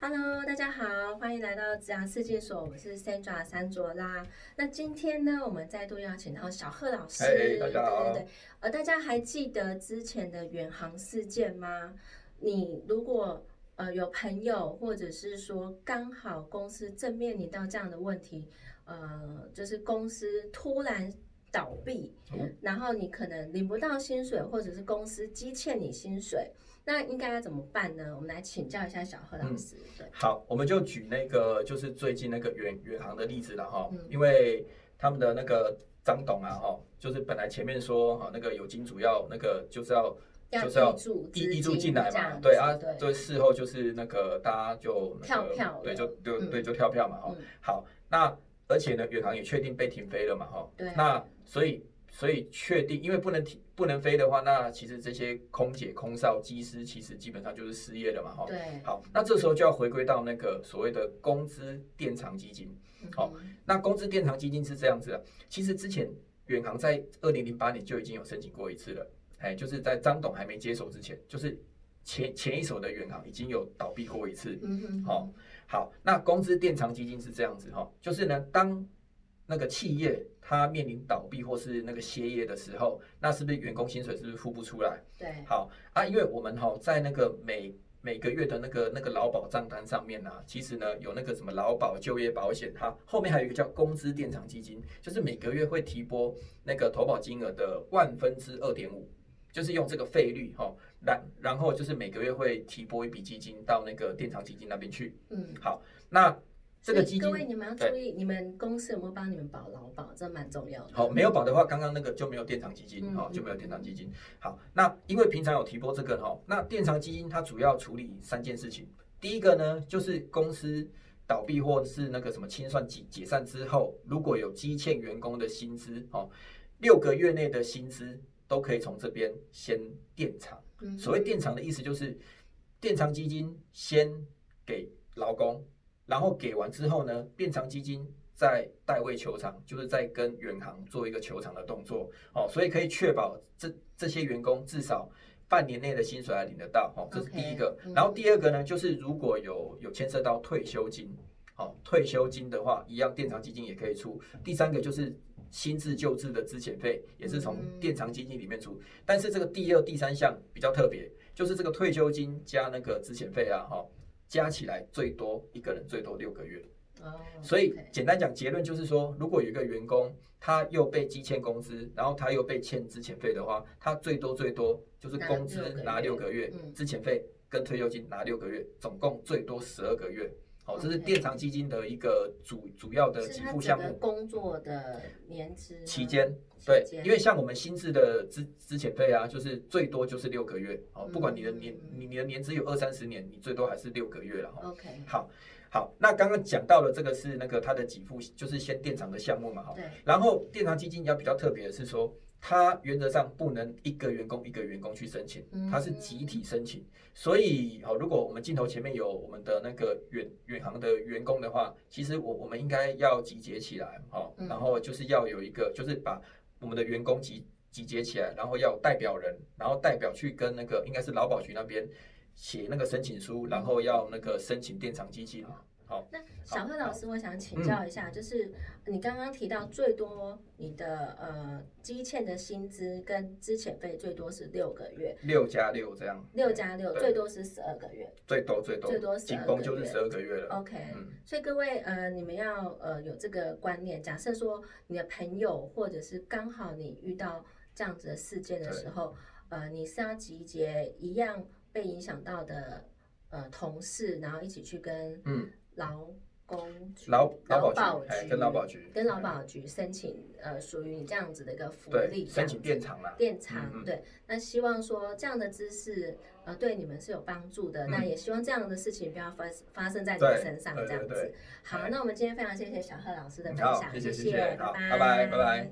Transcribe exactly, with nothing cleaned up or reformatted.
Hello，大家好，欢迎来到职涯事件所，我是 Sandra 山卓拉。那今天呢，我们再度邀请到小贺老师。 Hey, 大家好。 对对对，呃，大家还记得之前的远航事件吗？你如果呃有朋友，或者是说刚好公司正面临到这样的问题，呃，就是公司突然倒闭， 哦、 然后你可能领不到薪水，或者是公司积欠你薪水。那应该要怎么办呢？我们来请教一下小贺老师。嗯、对， 好，我们就举那个就是最近那个远远航的例子了哈、嗯，因为他们的那个张董啊哈，就是本来前面说哈那个有金主要那个就是要就是要挹注进来嘛，对啊，对，事后就是那个大家就、那个、 跳票， 对，就就、嗯、对就跳票嘛哈、嗯。好，那而且呢，远航也确定被停飞了嘛哈。 对、啊， 那所以。所以确定，因为不能不能飞的话，那其实这些空姐、空少、机师其实基本上就是失业了嘛，哈。 对。 好，那这时候就要回归到那个所谓的工资垫偿基金。好、嗯，那工资垫偿基金是这样子的，其实之前远航在二零零八年就已经有申请过一次了，哎，就是在张董还没接手之前，就是前前一手的远航已经有倒闭过一次。 嗯哼。 好，好，那工资垫偿基金是这样子哈，就是呢，当那个企业它面临倒闭或是那个歇业的时候，那是不是员工薪水是不是付不出来？ 对， 好啊，因为我们哈在那个每每个月的那个那个劳保账单上面呢、啊，其实呢有那个什么劳保就业保险，它后面还有一个叫工资垫偿基金，就是每个月会提拨那个投保金额的万分之二点五，就是用这个费率哈，然然后就是每个月会提拨一笔基金到那个垫偿基金那边去。 嗯， 好，那。这个基金， 各位你们要注意，你们公司有没有帮你们保劳保？这蛮重要的。 好，没有保的话，刚刚那个就没有垫偿基金，嗯哦、就没有垫偿基金。好，那因为平常有提拨这个哈，那垫偿基金它主要处理三件事情。第一个呢，就是公司倒闭或是那个什么清算解解散之后，如果有积欠员工的薪资，哦，六个月内的薪资都可以从这边先垫偿。嗯、所谓垫偿的意思就是垫偿基金先给劳工。然后给完之后呢，垫偿基金再代位求偿，就是在跟远航做一个求偿的动作，哦，所以可以确保这这些员工至少半年内的薪水还领得到，哦，这是第一个。Okay, 然后第二个呢，就是如果有有牵涉到退休金，哦，退休金的话，一样垫偿基金也可以出。第三个就是新制旧制的资遣费，也是从垫偿基金里面出。但是这个第二、第三项比较特别，就是这个退休金加那个资遣费啊，哈、哦。加起来最多一个人最多六个月， 哦， 所以简单讲，结论就是说，如果有一个员工他又被积欠工资，然后他又被欠资遣费的话，他最多最多就是工资拿六个月，资遣费跟退休金拿六个月，总共最多十二个月。好，这是垫偿基金的一个主主要的给付项目。 工作的年资期间，对，因为像我们新制的资资遣费啊，就是最多就是六个月。好，不管你的年你你的年资有二三十年，你最多还是六个月了。 OK， 好，好，那刚刚讲到了这个是那个它的给付，就是先垫偿的项目嘛，哈。 对。 然后垫偿基金要比较特别的是说，它原则上不能一个员工一个员工去申请，它是集体申请。所以，好，如果我们镜头前面有我们的那个远远航的员工的话，其实我我们应该要集结起来，好，然后就是要有一个，就是把我们的员工集集结起来，然后要有代表人，然后代表去跟那个应该是劳保局那边写那个申请书，然后要那个申请垫偿基金。好， 那小贺老师，我想请教一下，嗯、就是你刚刚提到最多你的呃积欠的薪资跟资遣费最多是六个月， 六加六这样， 六加六最多是十二个月， 最多最多最多十二个月， 紧绷就是十二个月了。 OK，、嗯、所以各位呃你们要呃有这个观念，假设说你的朋友或者是刚好你遇到这样子的事件的时候，呃你是要集结一样被影响到的呃同事，然后一起去跟嗯。劳工局、 劳劳保局跟劳保局、 跟劳保局申请呃属于你这样子的一个福利， 申请垫偿啦， 垫偿、嗯、对。那希望说这样的知识呃对你们是有帮助的、嗯，那也希望这样的事情不要发发生在你们身上这样子。 对对对对， 好，那我们今天非常谢谢小贺老师的分享， 谢谢谢谢， 拜拜，拜拜。